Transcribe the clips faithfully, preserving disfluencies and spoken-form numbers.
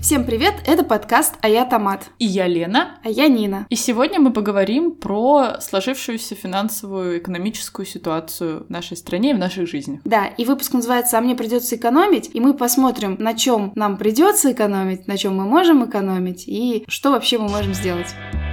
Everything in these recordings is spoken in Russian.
Всем привет, это подкаст «А я Томат». И я Лена. А я Нина. И сегодня мы поговорим про сложившуюся финансовую, экономическую ситуацию в нашей стране и в наших жизнях. Да, и выпуск называется «А мне придется экономить», и мы посмотрим, на чем нам придется экономить, на чем мы можем экономить и что вообще мы можем сделать.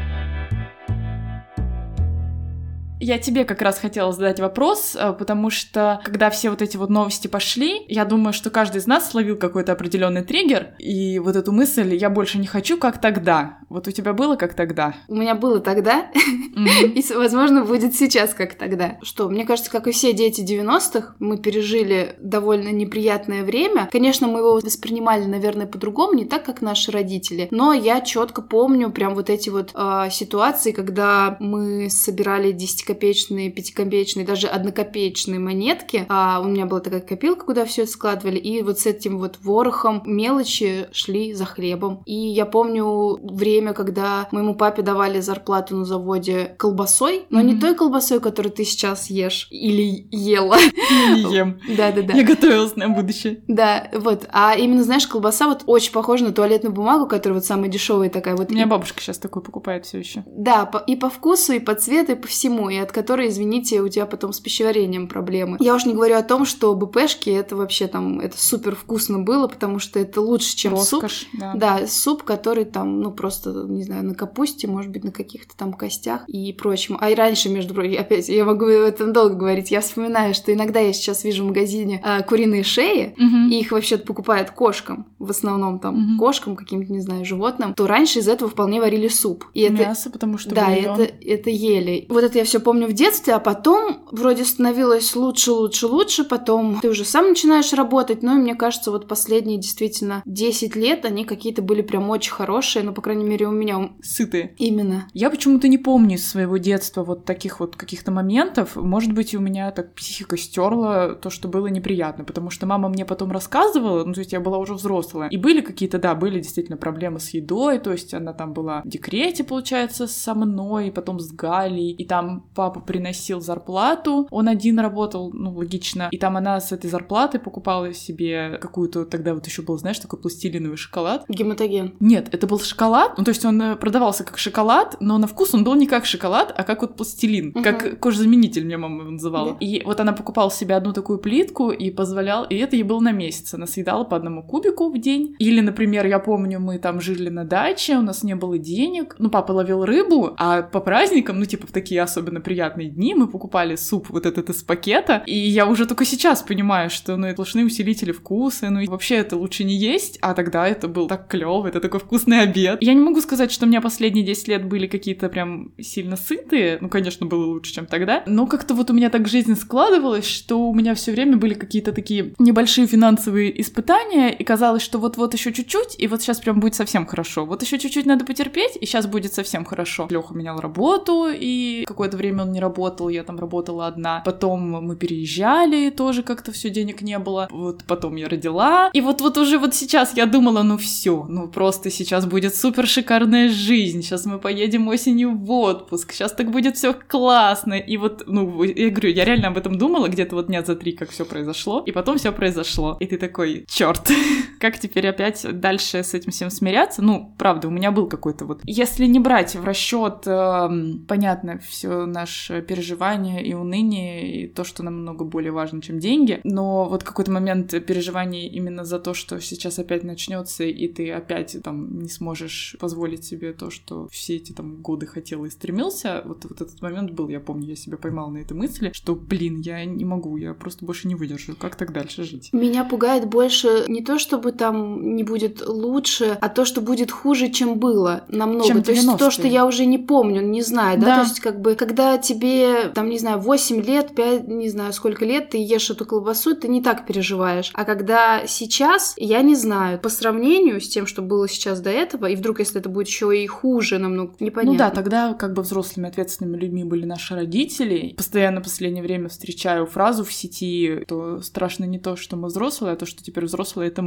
Я тебе как раз хотела задать вопрос, потому что, когда все вот эти вот новости пошли, я думаю, что каждый из нас словил какой-то определенный триггер, и вот эту мысль «я больше не хочу, как тогда». Вот у тебя было как тогда? У меня было тогда, mm-hmm. и, возможно, будет сейчас как тогда. Что, мне кажется, как и все дети девяностых, мы пережили довольно неприятное время. Конечно, мы его воспринимали, наверное, по-другому, не так, как наши родители, но я четко помню прям вот эти вот э, ситуации, когда мы собирали десятикопеечные копеечные, пятикопеечные, даже однокопеечные монетки. А у меня была такая копилка, куда все это складывали, и вот с этим вот ворохом мелочи шли за хлебом. И я помню время, когда моему папе давали зарплату на заводе колбасой, но mm-hmm. не той колбасой, которую ты сейчас ешь или ела. Я не ем. Да-да-да. Я готовилась на будущее. Да, вот. А именно, знаешь, колбаса вот очень похожа на туалетную бумагу, которая вот самая дешевая такая вот. У меня бабушка сейчас такую покупает все еще. Да, и по вкусу, и по цвету, и по всему. И от которой, извините, у тебя потом с пищеварением проблемы. Я уж не говорю о том, что БПшки, это вообще там, это супер вкусно было, потому что это лучше, чем роскошь, суп. Да. да, суп, который там, ну, просто, не знаю, на капусте, может быть, на каких-то там костях и прочем. А и раньше, между прочим, опять, я могу об этом долго говорить, я вспоминаю, что иногда я сейчас вижу в магазине э, куриные шеи, угу. и их вообще-то покупают кошкам, в основном там, угу. кошкам, каким-то, не знаю, животным, то раньше из этого вполне варили суп. И Мясо, это... потому что Да, бульон. это, это ели. Вот это я все помню в детстве, а потом вроде становилось лучше, лучше, лучше, потом ты уже сам начинаешь работать, ну и мне кажется, вот последние действительно десять лет, они какие-то были прям очень хорошие, ну, по крайней мере, у меня... Сытые. Именно. Я почему-то не помню из своего детства вот таких вот каких-то моментов, может быть, у меня так психика стерла то, что было неприятно, потому что мама мне потом рассказывала, ну, то есть я была уже взрослая, и были какие-то, да, были действительно проблемы с едой, то есть она там была в декрете, получается, со мной, и потом с Галей, и там папа приносил зарплату, он один работал, ну, логично, и там она с этой зарплаты покупала себе какую-то, тогда вот еще был, знаешь, такой пластилиновый шоколад. Гематоген. Нет, это был шоколад, ну, то есть он продавался как шоколад, но на вкус он был не как шоколад, а как вот пластилин, uh-huh. как кожзаменитель, меня мама его называла. Yeah. И вот она покупала себе одну такую плитку и позволяла, и это ей было на месяц, она съедала по одному кубику в день. Или, например, я помню, мы там жили на даче, у нас не было денег, ну, папа ловил рыбу, а по праздникам, ну, типа в такие особенно приятные дни мы покупали суп вот этот из пакета, и я уже только сейчас понимаю, что, ну, это сплошные усилители вкуса, ну, и вообще это лучше не есть, а тогда это был так клёво, это такой вкусный обед. Я не могу сказать, что у меня последние десять лет были какие-то прям сильно сытые, ну, конечно, было лучше, чем тогда, но как-то вот у меня так жизнь складывалась, что у меня все время были какие-то такие небольшие финансовые испытания, и казалось, что вот-вот еще чуть-чуть, и вот сейчас прям будет совсем хорошо. Вот еще чуть-чуть надо потерпеть, и сейчас будет совсем хорошо. Лёха менял работу, и какое-то время он не работал, я там работала одна. Потом мы переезжали, тоже как-то все денег не было. Вот потом я родила. И вот, вот уже вот сейчас я думала, ну все, ну просто сейчас будет супер шикарная жизнь, сейчас мы поедем осенью в отпуск, сейчас так будет все классно. И вот, ну, я говорю, я реально об этом думала где-то вот дня за три, как все произошло, и потом все произошло. И ты такой, черт, как теперь опять дальше с этим всем смиряться? Ну, правда, у меня был какой-то вот... Если не брать в расчет, э, понятно, все наше переживание и уныние, и то, что намного более важно, чем деньги, но вот какой-то момент переживаний именно за то, что сейчас опять начнется, и ты опять там не сможешь позволить себе то, что все эти там годы хотел и стремился, вот, вот этот момент был, я помню, я себя поймала на этой мысли, что, блин, я не могу, я просто больше не выдержу, как так дальше жить? Меня пугает больше не то, чтобы там не будет лучше, а то, что будет хуже, чем было, намного. Чем то есть то, что я уже не помню, не знаю, да? да? То есть как бы, когда тебе, там, не знаю, восемь лет, пять, не знаю, сколько лет, ты ешь эту колбасу, ты не так переживаешь. А когда сейчас, я не знаю, по сравнению с тем, что было сейчас до этого, и вдруг, если это будет еще и хуже намного, непонятно. Ну да, тогда как бы взрослыми ответственными людьми были наши родители. Постоянно в последнее время встречаю фразу в сети, что страшно не то, что мы взрослые, а то, что теперь взрослые — это мы. И теперь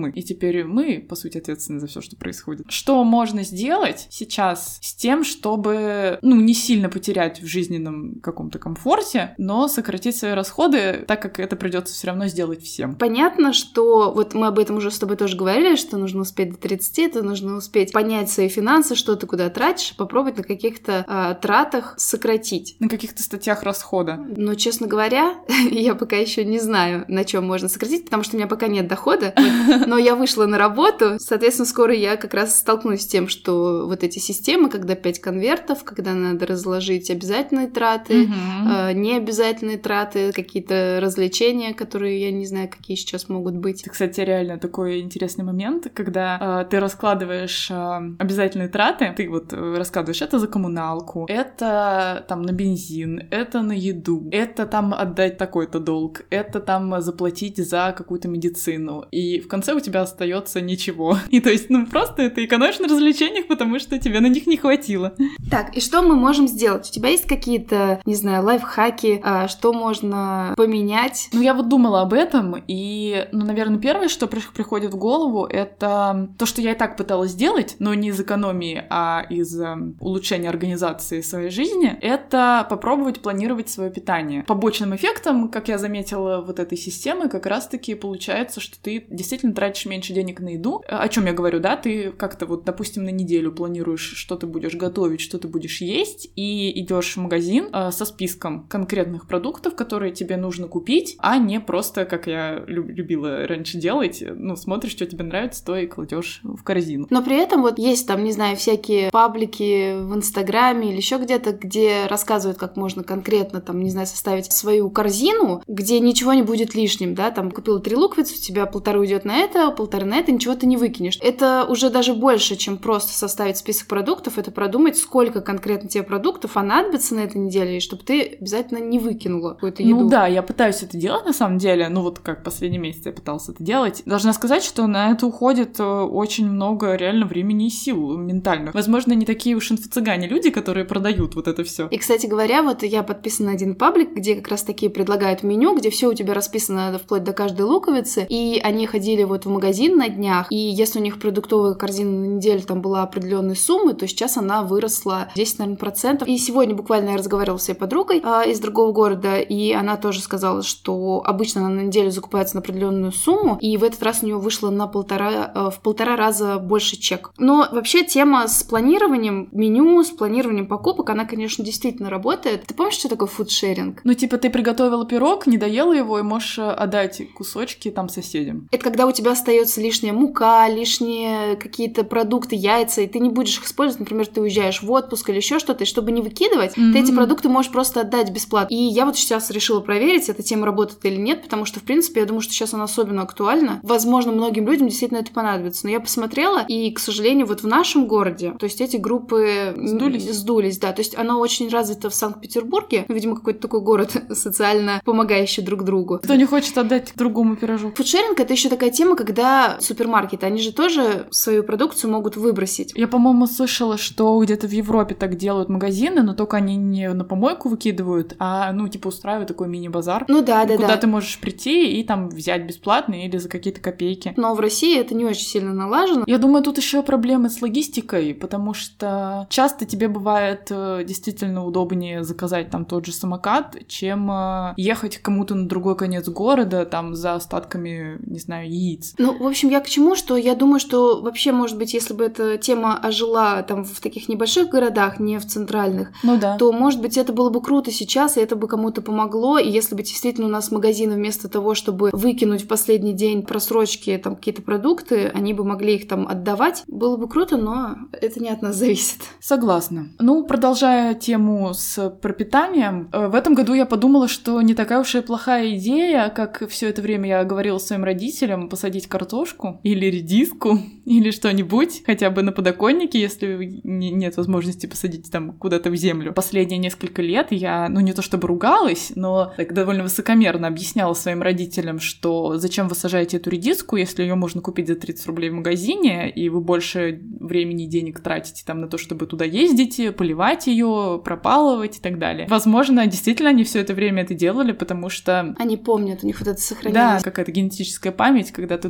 теперь мы, по сути, ответственны за все, что происходит. Что можно сделать сейчас с тем, чтобы, ну, не сильно потерять в жизненном каком-то комфорте, но сократить свои расходы, так как это придется все равно сделать всем? Понятно, что вот мы об этом уже с тобой тоже говорили, что нужно успеть до тридцати, то нужно успеть понять свои финансы, что ты куда тратишь, попробовать на каких-то э, тратах сократить. На каких-то статьях расхода. Но, честно говоря, я пока еще не знаю, на чем можно сократить, потому что у меня пока нет дохода, вот, но я вышла на работу, соответственно, скоро я как раз столкнусь с тем, что вот эти системы, когда пять конвертов, когда надо разложить обязательные траты, Mm-hmm. э, необязательные траты, какие-то развлечения, которые я не знаю, какие сейчас могут быть. Это, кстати, реально такой интересный момент, когда э, ты раскладываешь э, обязательные траты, ты вот э, раскладываешь это за коммуналку, это там на бензин, это на еду, это там отдать такой-то долг, это там заплатить за какую-то медицину, и в конце у тебя остается ничего. И то есть, ну просто ты экономишь на развлечениях, потому что тебе на них не хватило. Так, и что мы можем сделать? У тебя есть какие-то, не знаю, лайфхаки, а, что можно поменять? Ну, я вот думала об этом, и, ну, наверное, первое, что при- приходит в голову, это то, что я и так пыталась сделать, но не из экономии, а из э, улучшения организации своей жизни, это попробовать планировать свое питание. Побочным эффектом, как я заметила, вот этой системы, как раз-таки получается, что ты действительно тратишь меньше денег на еду. О чем я говорю, да? Ты как-то вот, допустим, на неделю планируешь, что ты будешь готовить, что ты будешь есть, и идешь в магазин э, со списком конкретных продуктов, которые тебе нужно купить, а не просто, как я люб- любила раньше делать, ну, смотришь, что тебе нравится, то и кладешь в корзину. Но при этом вот есть там, не знаю, всякие паблики в Инстаграме или еще где-то, где рассказывают, как можно конкретно там, не знаю, составить свою корзину, где ничего не будет лишним, да, там купила три луковицы, у тебя полторы уйдет на это, полторы на это, ничего ты не выкинешь. Это уже даже больше, чем просто составить список продуктов, это продумать, сколько конкретно тебе продуктов понадобится на этой неделе, и чтобы ты обязательно не выкинула какую-то еду. Ну да, я пытаюсь это делать на самом деле, ну вот как последний месяц я пыталась это делать. Должна сказать, что на это уходит очень много реально времени и сил ментальных. Возможно, не такие уж инфо-цыгане люди, которые продают вот это все. И, кстати говоря, вот я подписана на один паблик, где как раз таки предлагают меню, где все у тебя расписано вплоть до каждой луковицы, и они ходили вот в магазин на днях, и если у них продуктовая корзина на неделю там была определенной суммы, то сейчас она выросла десять, наверное, процентов. И сегодня буквально я разговаривала с своей подругой а, из другого города, и она тоже сказала, что обычно она на неделю закупается на определенную сумму, и в этот раз у нее вышло на полтора, а, в полтора раза больше чек. Но вообще тема с планированием меню, с планированием покупок, она, конечно, действительно работает. Ты помнишь, что такое фудшеринг? Ну, типа, ты приготовила пирог, не доела его, и можешь отдать кусочки там соседям. Это когда у тебя остается лишняя мука, лишние какие-то продукты, яйца, и ты не будешь их использовать. Например, ты уезжаешь в отпуск или еще что-то, и чтобы не выкидывать, mm-hmm. ты эти продукты можешь просто отдать бесплатно. И я вот сейчас решила проверить, эта тема работает или нет, потому что, в принципе, я думаю, что сейчас она особенно актуальна. Возможно, многим людям действительно это понадобится. Но я посмотрела, и, к сожалению, вот в нашем городе, то есть эти группы сдулись, сдулись да. То есть она очень развита в Санкт-Петербурге, ну, видимо, какой-то такой город социально помогающий друг другу. Кто не хочет отдать другому пирожок. Фудшеринг — это еще такая тема, когда супермаркеты, они же тоже свою продукцию могут выбросить. Я, по-моему, слышала, что где-то в Европе так делают магазины, но только они не на помойку выкидывают, а, ну, типа, устраивают такой мини-базар. Ну да, да, куда да. ты можешь прийти и там взять бесплатно или за какие-то копейки. Но в России это не очень сильно налажено. Я думаю, тут еще проблемы с логистикой, потому что часто тебе бывает действительно удобнее заказать там тот же самокат, чем ехать к кому-то на другой конец города, там, за остатками, не знаю, яиц. Ну, в общем, я к чему, что я думаю, что вообще, может быть, если бы эта тема ожила там в таких небольших городах, не в центральных, ну, да. то, может быть, это было бы круто сейчас, и это бы кому-то помогло, и если бы действительно у нас магазины вместо того, чтобы выкинуть в последний день просрочки там какие-то продукты, они бы могли их там отдавать, было бы круто, но это не от нас зависит. Согласна. Ну, продолжая тему с пропитанием, в этом году я подумала, что не такая уж и плохая идея, как все это время я говорила своим родителям, посадить картошку или редиску или что-нибудь, хотя бы на подоконнике, если нет возможности посадить там куда-то в землю. Последние несколько лет я, ну не то чтобы ругалась, но так довольно высокомерно объясняла своим родителям, что зачем вы сажаете эту редиску, если ее можно купить за тридцать рублей в магазине, и вы больше времени и денег тратите там на то, чтобы туда ездить, поливать ее, пропалывать и так далее. Возможно, действительно они все это время это делали, потому что... Они помнят, у них вот это сохранилось. Да, какая-то генетическая память, когда ты думаешь, что в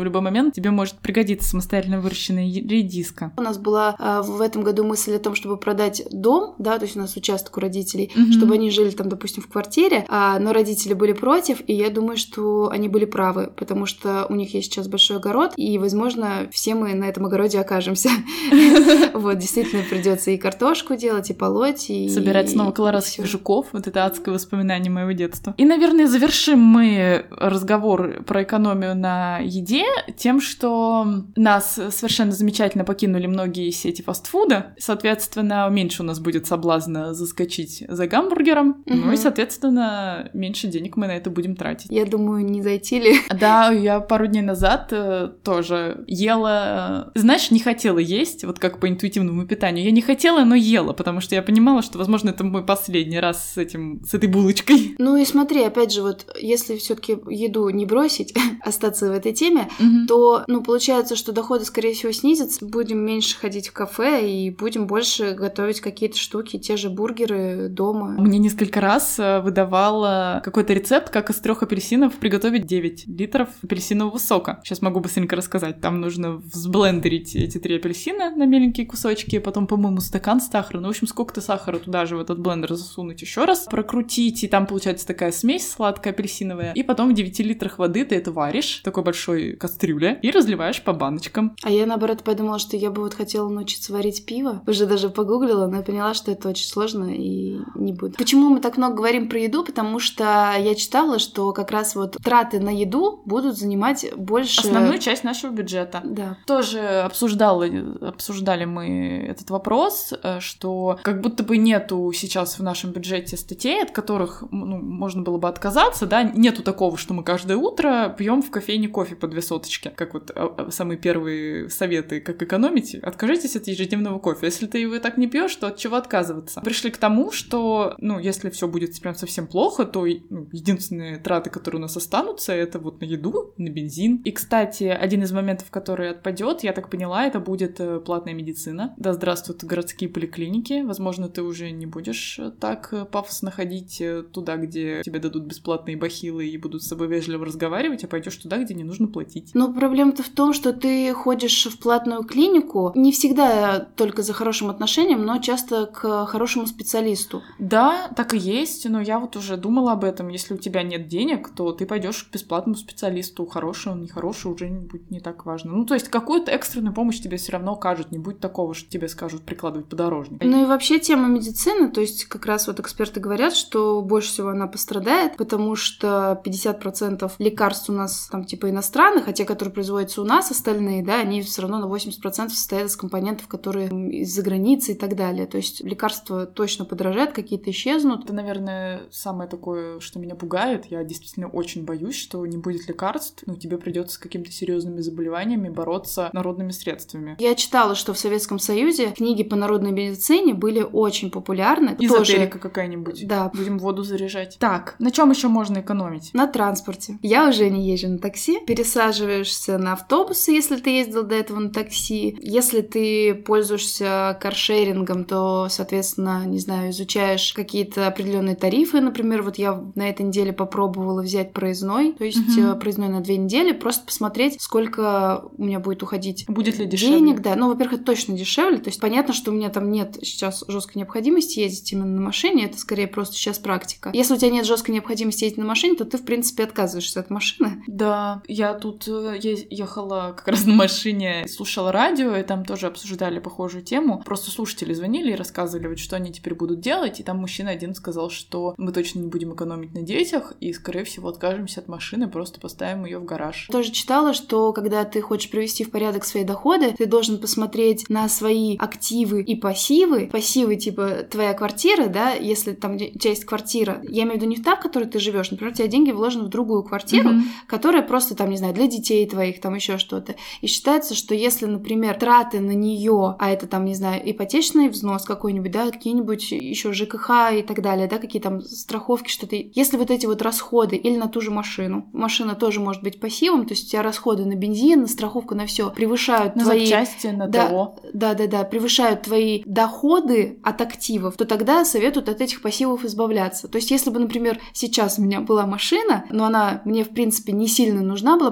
любой момент тебе может пригодиться самостоятельно выращенная редиска. У нас была а, в этом году мысль о том, чтобы продать дом, да, то есть у нас участок у родителей, mm-hmm. чтобы они жили там, допустим, в квартире, а, но родители были против, и я думаю, что они были правы, потому что у них есть сейчас большой огород, и, возможно, все мы на этом огороде окажемся. Вот, действительно, придется и картошку делать, и полоть, и... Собирать снова колорадских жуков, вот это адское воспоминание моего детства. И, наверное, завершим мы разговор про экономию на еде тем, что нас совершенно замечательно покинули многие сети фастфуда, соответственно, меньше у нас будет соблазна заскочить за гамбургером, угу. ну и, соответственно, меньше денег мы на это будем тратить. Я думаю, не зайти ли? Да, я пару дней назад э, тоже ела, э, знаешь, не хотела есть, вот как по интуитивному питанию, я не хотела, но ела, потому что я понимала, что, возможно, это мой последний раз с этим, с этой булочкой. Ну и смотри, опять же, вот если все-таки еду не бросить, остаться в этой теме, угу. то, ну, получается, что доходы, скорее всего, снизятся, будем меньше ходить в кафе и будем больше готовить какие-то штуки, те же бургеры дома. Мне несколько раз выдавала какой-то рецепт, как из трех апельсинов приготовить девять литров апельсинового сока. Сейчас могу быстренько рассказать. Там нужно взблендерить эти три апельсина на меленькие кусочки, потом, по-моему, стакан сахара. Ну, в общем, сколько-то сахара туда же в этот блендер засунуть еще раз, прокрутить, и там получается такая смесь сладкая апельсиновая. И потом в девяти литрах воды ты это варишь в такой большой кастрюле и разливаешь по баночкам. А я, наоборот, подумала, что я бы вот хотела научиться варить пиво. Уже даже погуглила, но я поняла, что это очень сложно и не буду. Почему мы так много говорим про еду? Потому что я читала, что как раз вот траты на еду будут занимать больше... Основную часть нашего бюджета. Да. Тоже обсуждали, обсуждали мы этот вопрос, что как будто бы нету сейчас в нашем бюджете статей, от которых ну, можно было бы отказаться, да, нету такого, что мы каждое утро пьем в кофейне кофе по две соточки, как вот самые первые советы, как экономить, откажитесь от ежедневного кофе. Если ты его так не пьешь, то от чего отказываться? Пришли к тому, что, ну, если все будет прям совсем плохо, то ну, единственные траты, которые у нас останутся, это вот на еду, на бензин. И, кстати, один из моментов, который отпадет, я так поняла, это будет платная медицина. Да здравствуют городские поликлиники. Возможно, ты уже не будешь так пафосно ходить туда, где тебе дадут бесплатные бахилы и будут с тобой вежливо разговаривать, а пойдешь туда, где не нужно платить. Но проблема-то в том, что ты ходишь в платную клинику не всегда только за хорошим отношением, но часто к хорошему специалисту. Да, так и есть, но я вот уже думала об этом. Если у тебя нет денег, то ты пойдешь к бесплатному специалисту. Хороший он, нехороший, уже будет не так важно. Ну, то есть какую-то экстренную помощь тебе все равно окажут. Не будет такого, что тебе скажут прикладывать подорожник. Ну и вообще тема медицины, то есть как раз вот эксперты говорят, что больше всего она пострадает, потому что пятьдесят процентов лекарств у нас там типа иностранных, а те, которые производятся у нас, остальные, да, они все равно на восемьдесят процентов состоят из компонентов, которые из-за границы и так далее. То есть лекарства точно подорожают, какие-то исчезнут. Это, наверное, самое такое, что меня пугает. Я действительно очень боюсь, что не будет лекарств, ну, тебе придется с какими-то серьезными заболеваниями бороться народными средствами. Я читала, что в Советском Союзе книги по народной медицине были очень популярны. Эзотерика Тоже... какая-нибудь. Да. Будем воду заряжать. Так, на чем еще можно экономить? На транспорте. Я уже не езжу на такси. Пересаживаешься на автобусы, если ты ездил до этого на такси. Если ты пользуешься каршерингом, то, соответственно, не знаю, изучаешь какие-то определенные тарифы. Например, вот я на этой неделе попробовала взять проездной, то есть uh-huh. проездной на две недели, просто посмотреть, сколько у меня будет уходить будет ли дешевле? Денег, да. Ну, во-первых, это точно дешевле. То есть понятно, что у меня там нет сейчас жесткой необходимости ездить именно на машине. Это скорее просто сейчас практика. Если у тебя нет жесткой необходимости ездить на машине, то ты, в принципе, отказываешься от машины. Да, я тут ехала как раз на машине, слушала радио, и там тоже обсуждали похожую тему. Просто слушатели звонили и рассказывали, вот, что они теперь будут делать. И там мужчина один сказал, что мы точно не будем экономить на детях и, скорее всего, откажемся от машины, просто поставим ее в гараж. Тоже читала, что когда ты хочешь привести в порядок свои доходы, ты должен посмотреть на свои активы и пассивы. Пассивы, типа, твоя квартира, да, если там у тебя есть квартира, я имею в виду не та, в которой ты живешь, например, у тебя деньги вложены в другую квартиру, mm-hmm. которая просто, там, не знаю, для детей твоих, там еще что-то. И считается, что если, например, траты на нее, а это там, не знаю, ипотечный взнос какой-нибудь, да, какие-нибудь еще ЖКХ и так далее, да, какие там страховки, что-то. Если вот эти вот расходы или на ту же машину, машина тоже может быть пассивом, то есть у тебя расходы на бензин, на страховку, на все превышают на твои... запчасти, на да, ТО. Да, да, да, превышают твои доходы от активов, то тогда советуют от этих пассивов избавляться. То есть если бы, например, сейчас у меня была машина, но она мне, в принципе, не сильно нужна была, потому mm-hmm. что я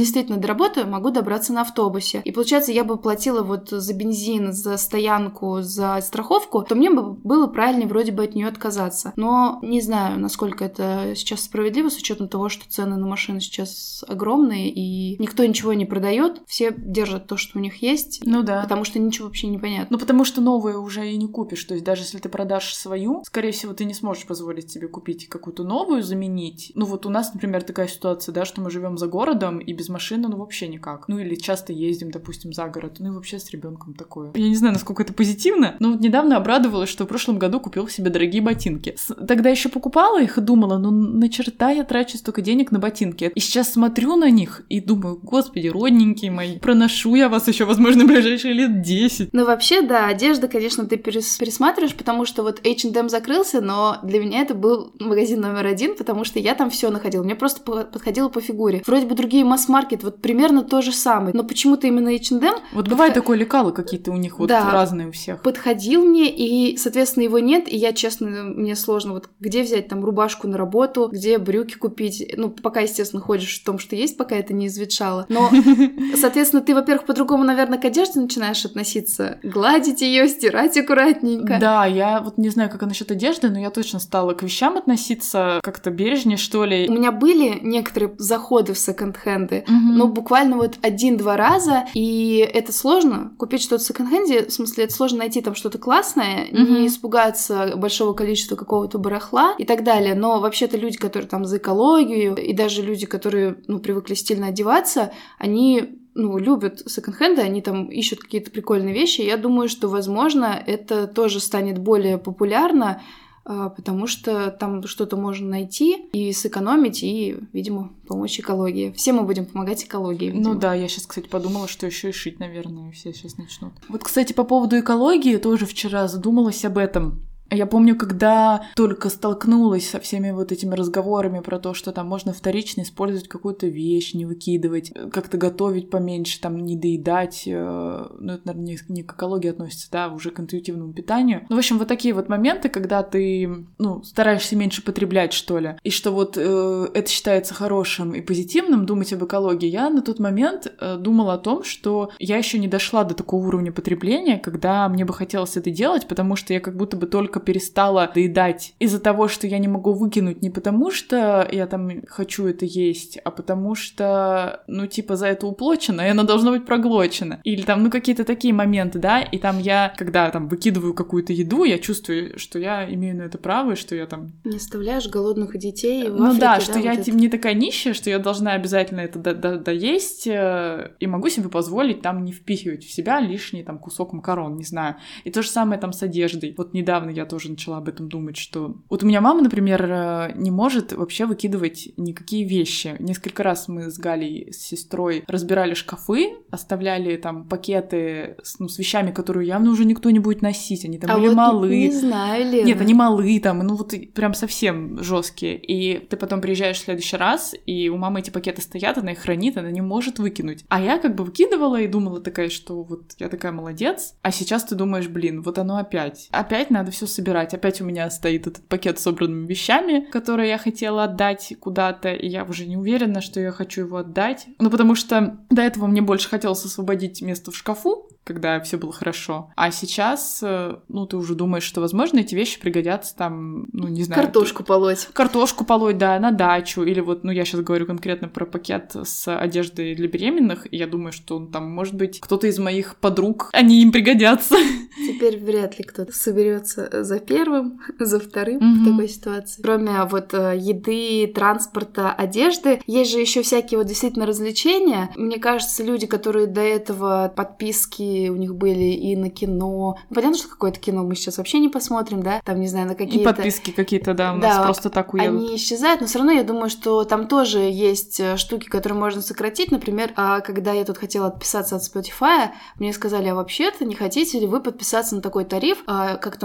действительно доработаю, могу добраться на автобусе. И получается, я бы платила вот за бензин, за стоянку, за страховку, то мне бы было правильнее вроде бы от нее отказаться. Но не знаю, насколько это сейчас справедливо, с учетом того, что цены на машины сейчас огромные, и никто ничего не продает, все держат то, что у них есть, ну да, потому что ничего вообще не понятно. Ну потому что новые уже и не купишь, то есть даже если ты продашь свою, скорее всего, ты не сможешь позволить себе купить какую-то новую, заменить. Ну вот у нас, например, такая ситуация, да, что мы живем за городом, и без машины, ну вообще никак. Ну или часто ездим, допустим, за город, ну и вообще с ребенком такое. Я не знаю, насколько это позитивно, но вот недавно обрадовалась, что в прошлом году купила себе дорогие ботинки. Тогда еще покупала их и думала, ну на черта я трачу столько денег на ботинки. И сейчас смотрю на них и думаю, господи, родненькие мои, проношу я вас еще, возможно, в ближайшие лет десять. Ну вообще, да, одежда, конечно, ты перес- пересматриваешь, потому что вот эйч энд эм закрылся, но для меня это был магазин номер один, потому что я там все находила. Мне просто по- подходило по фигуре. Вроде бы другие масс-маркет, вот примерно то же самое, но почему-то именно эйч энд эм... Вот бывает подход... такое, лекало какие-то у них вот да, разные у всех. Подходил мне, и, соответственно, его нет, и я, честно, мне сложно, вот где взять там рубашку на работу, где брюки купить, ну, пока, естественно, ходишь в том, что есть, пока это не изветшало, но, соответственно, ты, во-первых, по-другому, наверное, к одежде начинаешь относиться, гладить ее, стирать аккуратненько. Да, я вот не знаю, как насчет одежды, но я точно стала к вещам относиться как-то бережнее, что ли. У меня были некоторые заходы в секонд-хенды, угу. но буквально вот один-два раза, и это сложно. Купить что-то в секонд-хенде, в смысле, это сложно найти там что-то классное, угу. не испугаться большого количества какого-то барахла и так далее, но вообще-то люди, которые там за экологию, и даже люди, которые, ну, привыкли стильно одеваться, они... ну, любят секонд-хенды, они там ищут какие-то прикольные вещи. Я думаю, что, возможно, это тоже станет более популярно, потому что там что-то можно найти и сэкономить, и, видимо, помочь экологии. Все мы будем помогать экологии, видимо. Ну да, я сейчас, кстати, подумала, что еще и шить, наверное, все сейчас начнут. Вот, кстати, по поводу экологии тоже вчера задумалась об этом. Я помню, когда только столкнулась со всеми вот этими разговорами про то, что там можно вторично использовать какую-то вещь, не выкидывать, как-то готовить поменьше, там, не доедать, ну, это, наверное, не к экологии относится, да, уже к интуитивному питанию. Ну, в общем, вот такие вот моменты, когда ты, ну, стараешься меньше потреблять, что ли, и что вот э, это считается хорошим и позитивным, думать об экологии. Я на тот момент э, думала о том, что я еще не дошла до такого уровня потребления, когда мне бы хотелось это делать, потому что я как будто бы только перестала доедать из-за того, что я не могу выкинуть не потому, что я там хочу это есть, а потому что, ну, типа, за это уплочено, и оно должно быть проглочено. Или там, ну, какие-то такие моменты, да, и там я, когда там выкидываю какую-то еду, я чувствую, что я имею на это право, и что я там... Не оставляешь голодных детей в Ну Африке, да, да, что вот я это. не такая нищая, что я должна обязательно это до- до- доесть, и могу себе позволить там не впихивать в себя лишний там кусок макарон, не знаю. И то же самое там с одеждой. Вот недавно я тоже начала об этом думать, что... Вот у меня мама, например, не может вообще выкидывать никакие вещи. Несколько раз мы с Галей, с сестрой разбирали шкафы, оставляли там пакеты с, ну, с вещами, которые явно уже никто не будет носить. Они там а были вот малы. Не знаю, Лена. Нет, они малы там, ну вот прям совсем жесткие. И ты потом приезжаешь в следующий раз, и у мамы эти пакеты стоят, она их хранит, она не может выкинуть. А я как бы выкидывала и думала такая, что вот я такая молодец. А сейчас ты думаешь, блин, вот оно опять. Опять надо все собирать. Опять у меня стоит этот пакет с собранными вещами, которые я хотела отдать куда-то, и я уже не уверена, что я хочу его отдать. Ну, потому что до этого мне больше хотелось освободить место в шкафу, когда все было хорошо. А сейчас, ну, ты уже думаешь, что, возможно, эти вещи пригодятся там, ну, не знаю... Картошку полоть. Картошку полоть, да, на дачу. Или вот, ну, я сейчас говорю конкретно про пакет с одеждой для беременных, и я думаю, что ну, там, может быть, кто-то из моих подруг, они им пригодятся. Теперь вряд ли кто-то соберется за первым, за вторым mm-hmm. в такой ситуации. Кроме вот еды, транспорта, одежды, есть же еще всякие вот действительно развлечения. Мне кажется, люди, которые до этого подписки у них были и на кино. Понятно, что какое-то кино мы сейчас вообще не посмотрим, да? Там, не знаю, на какие-то... И подписки какие-то, да, у нас да, просто так уедут. Они исчезают, но все равно я думаю, что там тоже есть штуки, которые можно сократить. Например, когда я тут хотела отписаться от Spotify, мне сказали, а вообще-то не хотите ли вы подписаться на такой тариф, как-то он называется,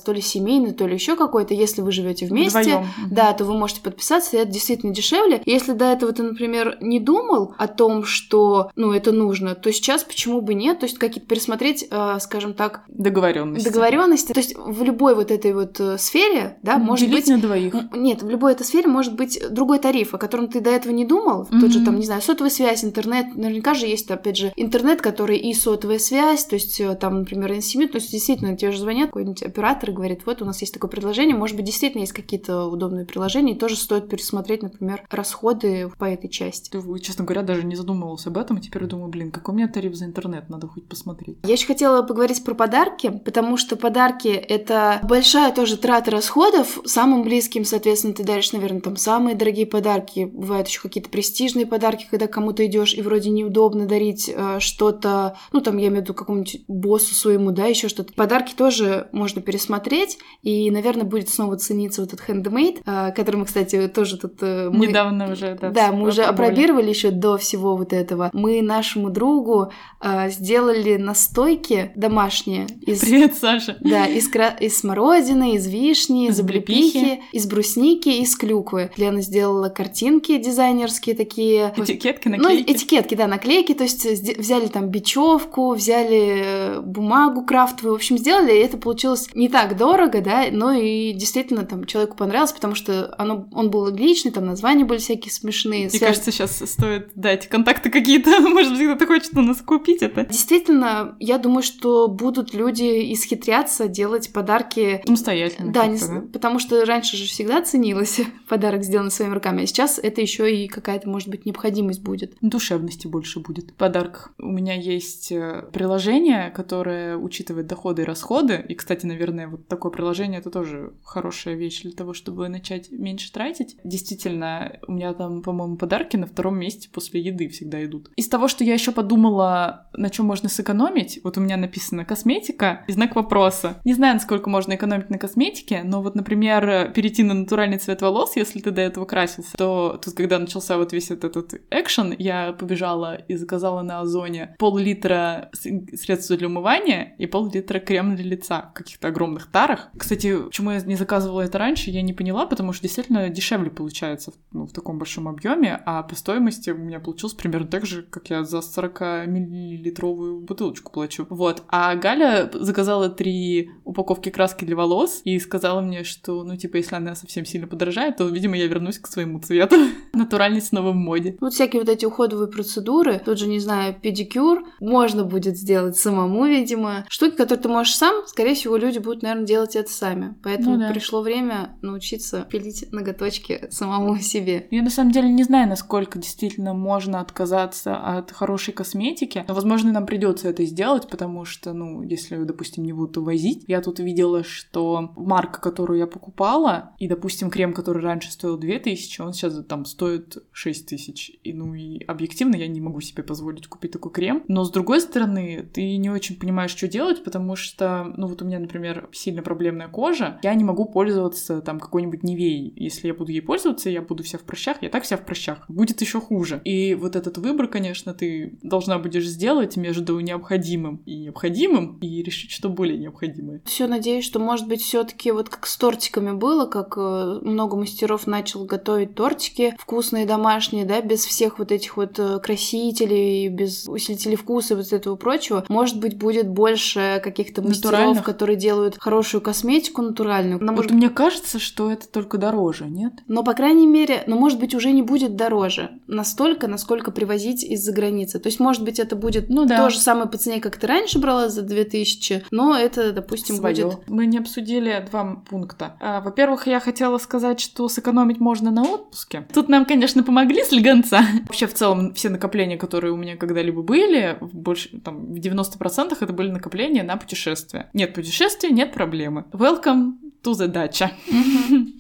то ли семейный, то ли еще какой-то. Если вы живете вместе, Вдвоем. да, то вы можете подписаться, и это действительно дешевле. Если до этого ты, например, не думал о том, что, ну, это нужно, то сейчас почему бы нет? То есть какие-то пересмотреть, э, скажем так... Договоренности. Договоренности. То есть в любой вот этой вот сфере, да, может Делить быть... на двоих. Нет, в любой этой сфере может быть другой тариф, о котором ты до этого не думал. Mm-hmm. Тот же, там, не знаю, сотовая связь, интернет. Наверняка же есть, опять же, интернет, который и сотовая связь, то есть там, например, инсимит, то есть действительно тебе же звонят какой-нибудь оператор и говорит, вот у нас есть такое предложение, может быть, действительно есть какие-то удобные приложения, и тоже стоит пересмотреть, например, расходы по этой части. Честно говоря, даже не задумывалась об этом, и теперь думаю, блин, какой у меня тариф за интернет, надо хоть посмотреть. Я еще хотела поговорить про подарки, потому что подарки — это большая тоже трата расходов. Самым близким, соответственно, ты даришь, наверное, там самые дорогие подарки. Бывают еще какие-то престижные подарки, когда кому-то идешь и вроде неудобно дарить э, что-то, ну, там, я имею в виду какому-нибудь боссу своему, да, еще что-то. Подарки тоже можно пересмотреть, и, наверное, будет снова цениться вот этот handmade, э, который мы, кстати, тоже тут... Э, мы... Недавно уже, да. Да, мы уже опробировали еще до всего вот этого. Мы нашему другу э, сделали настойки домашние. Из... Привет, Саша! Да, из, кра... из смородины, из вишни, из облепихи, из брусники, из клюквы. Лена сделала картинки дизайнерские такие. Этикетки, наклейки. Ну, этикетки, да, наклейки. То есть взяли там бечевку, взяли бумагу крафтовую. В общем, сделали, и это получилось не так дорого, да, но и действительно там человеку понравилось, потому что оно, он был личный, там названия были всякие смешные. Мне связ... кажется, сейчас стоит дать контакты какие-то. Может быть, кто-то хочет у нас купить это. Действительно, я думаю, что будут люди исхитряться делать подарки... Самостоятельно. Да, не... да, потому что раньше же всегда ценилось подарок, сделанный своими руками, а сейчас это еще и какая-то, может быть, необходимость будет. Душевности больше будет в подарках. У меня есть приложение, которое учитывает доходы и расходы. И, кстати, наверное, вот такое приложение — это тоже хорошая вещь для того, чтобы начать меньше тратить. Действительно, у меня там, по-моему, подарки на втором месте после еды всегда идут. Из того, что я еще подумала, на чем можно сэкономить, вот у меня написано косметика и знак вопроса. Не знаю, насколько можно экономить на косметике, но вот, например, перейти на натуральный цвет волос, если ты до этого красился, то тут, когда начался вот весь этот экшен, я побежала и заказала на Озоне пол-литра средства для умывания и пол-литра крема для лица в каких-то огромных тарах. Кстати, почему я не заказывала это раньше, я не поняла, потому что действительно дешевле получается, ну, в таком большом объеме, а по стоимости у меня получилось примерно так же, как я за сорок-миллилитровую бутылочку плачу. Вот. А Галя заказала три упаковки краски для волос и сказала мне, что, ну, типа, если она совсем сильно подорожает, то, видимо, я вернусь к своему цвету. Натуральность снова в моде. Вот всякие вот эти уходовые процедуры, тот же, не знаю, педикюр, можно будет сделать самому, видимо. Штуки, которые ты можешь сам, скорее всего, люди будут, наверное, делать это сами. Поэтому ну, да. пришло время научиться пилить ноготочки самому себе. Я, на самом деле, не знаю, насколько действительно можно отказаться от хорошей косметики, но, возможно, нам придется это сделать, потому что, ну, если, допустим, не будут увозить. Я тут видела, что марка, которую я покупала, и, допустим, крем, который раньше стоил две тысячи, он сейчас там стоит шесть тысяч. И, ну, и объективно я не могу себе позволить купить такой крем. Но, с другой стороны, ты не очень понимаешь, что делать, потому что, ну, вот у меня, например, сильно проблемная кожа, я не могу пользоваться там какой-нибудь Нивеей. Если я буду ей пользоваться, я буду вся в прыщах, я так вся в прыщах. Будет еще хуже. И вот этот выбор, конечно, ты должна будешь сделать между необходимым и необходимым и решить, что более необходимое. Все надеюсь, что, может быть, все-таки вот как с тортиками было, как много мастеров начал готовить тортики вкусные, домашние, да, без всех вот этих вот красителей, без усилителей вкуса и вот этого прочего. Может быть, будет больше каких-то мастеров, которые делают хорошую косметику натуральную. Но, вот может... мне кажется, что это только дороже, нет? Но, по крайней мере, но, может быть, уже не будет дороже. Настолько, насколько привозить из-за границы. То есть, может быть, это будет ну, да. то же самое по цене, как ты раньше брала за две тысячи, но это, допустим, Своё. будет... Мы не обсудили два пункта. А, во-первых, я хотела сказать, что сэкономить можно на отпуске. Тут нам, конечно, помогли слегонца. Вообще, в целом, все накопления, которые у меня когда-либо были, больше, там, в девяносто процентов это были накопления на путешествия. Нет путешествия, нет проблемы. Welcome to the dacha.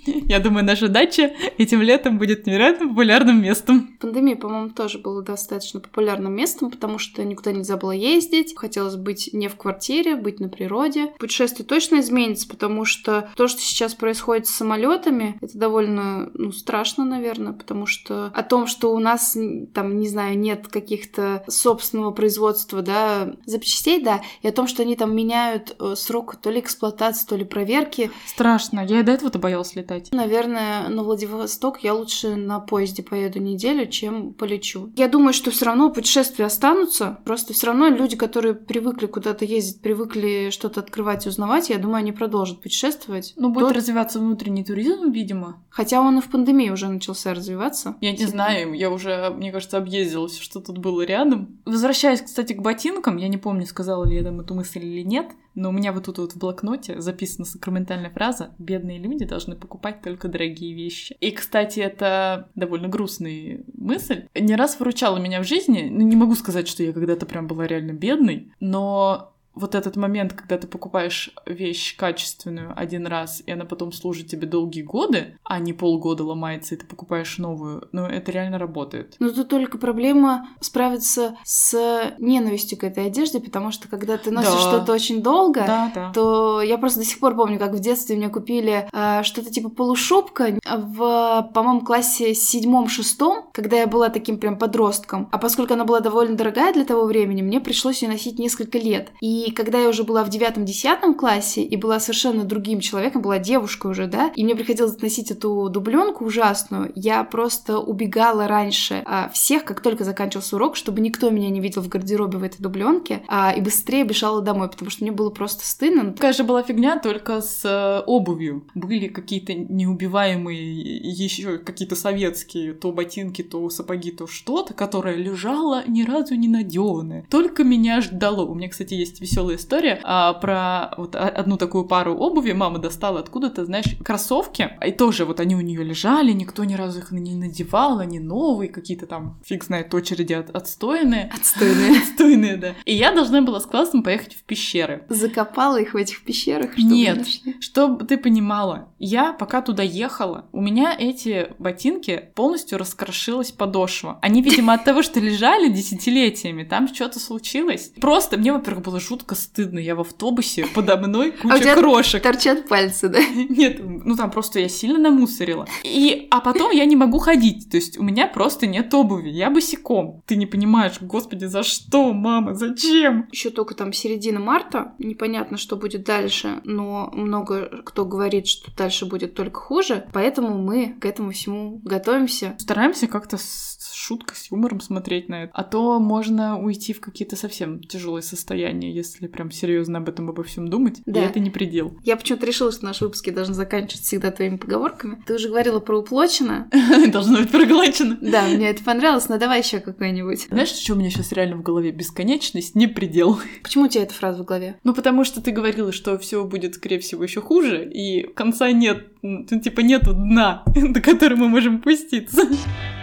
Я думаю, наша дача этим летом будет невероятно популярным местом. Пандемия, по-моему, тоже была достаточно популярным местом, потому что никуда нельзя было ездить, хотелось быть не в квартире, быть на природе. Путешествие точно изменится, потому что то, что сейчас происходит с самолетами, это довольно, ну, страшно, наверное, потому что о том, что у нас, там, не знаю, нет каких-то собственного производства, да, запчастей, да, и о том, что они там меняют срок то ли эксплуатации, то ли проверки. Страшно. Я и до этого-то боялась летать. Наверное, на Владивосток я лучше на поезде поеду неделю, чем полечу. Я думаю, что все равно путешествия останутся. Просто все равно люди, которые привыкли куда-то ездить, привыкли что-то открывать и узнавать, я думаю, они продолжат путешествовать. Ну, будет Тот... развиваться внутренний туризм, видимо. Хотя он и в пандемии уже начался развиваться. Я не знаю, я уже, мне кажется, объездила все, что тут было рядом. Возвращаясь, кстати, к ботинкам, я не помню, сказала ли я там эту мысль или нет, но у меня вот тут вот в блокноте записана сакраментальная фраза: «Бедные люди должны покупать только дорогие вещи». И, кстати, это довольно грустная мысль. Не раз выручала меня в жизни. Ну, не могу сказать, что я когда-то прям была реально бедной, но вот этот момент, когда ты покупаешь вещь качественную один раз, и она потом служит тебе долгие годы, а не полгода ломается, и ты покупаешь новую, ну, это реально работает. Но тут только проблема справиться с ненавистью к этой одежде, потому что когда ты носишь да. что-то очень долго, да, да. то я просто до сих пор помню, как в детстве мне купили э, что-то типа полушубка в, по-моему, классе седьмом-шестом, когда я была таким прям подростком. А поскольку она была довольно дорогая для того времени, мне пришлось ее носить несколько лет. И И когда я уже была в девятом-десятом классе и была совершенно другим человеком, была девушкой уже, да, и мне приходилось носить эту дубленку ужасную, я просто убегала раньше а, всех, как только заканчивался урок, чтобы никто меня не видел в гардеробе в этой дубленке, а, и быстрее бежала домой, потому что мне было просто стыдно. Такая же была фигня, только с э, обувью. Были какие-то неубиваемые, еще какие-то советские, то ботинки, то сапоги, то что-то, которое лежало ни разу не надённое. Только меня ждало. У меня, кстати, есть веселая история а, про вот одну такую пару обуви. Мама достала откуда-то, знаешь, кроссовки. И тоже вот они у нее лежали, никто ни разу их не надевал, они новые, какие-то там, фиг знает, очереди от, отстойные. Отстойные. Отстойные, да. И я должна была с классом поехать в пещеры. Закопала их в этих пещерах? Чтобы Нет, чтобы ты понимала, я пока туда ехала, у меня эти ботинки полностью раскрошилась подошва. Они, видимо, от того, что лежали десятилетиями, там что-то случилось. Просто мне, во-первых, было жутко стыдно. Я в автобусе, подо мной куча а у тебя крошек. Торчат пальцы, да? Нет, ну там просто я сильно намусорила. И, а потом я не могу ходить. То есть у меня просто нет обуви. Я босиком. Ты не понимаешь, господи, за что, мама, зачем? Еще только там середина марта. Непонятно, что будет дальше. Но много кто говорит, что дальше будет только хуже. Поэтому мы к этому всему готовимся. Стараемся как-то с шуткой, с юмором смотреть на это. А то можно уйти в какие-то совсем тяжелые состояния, если прям серьезно об этом обо всем думать. Да. И это не предел. Я почему-то решила, что наши выпуски должны заканчиваться всегда твоими поговорками. Ты уже говорила про уплочено. Должно быть проглочено. Да, мне это понравилось, но давай еще какой-нибудь. Знаешь, что у меня сейчас реально в голове? Бесконечность, не предел. Почему у тебя эта фраза в голове? Ну, потому что ты говорила, что все будет, скорее всего, еще хуже, и конца нет, ну, типа нету дна, до которого мы можем пуститься.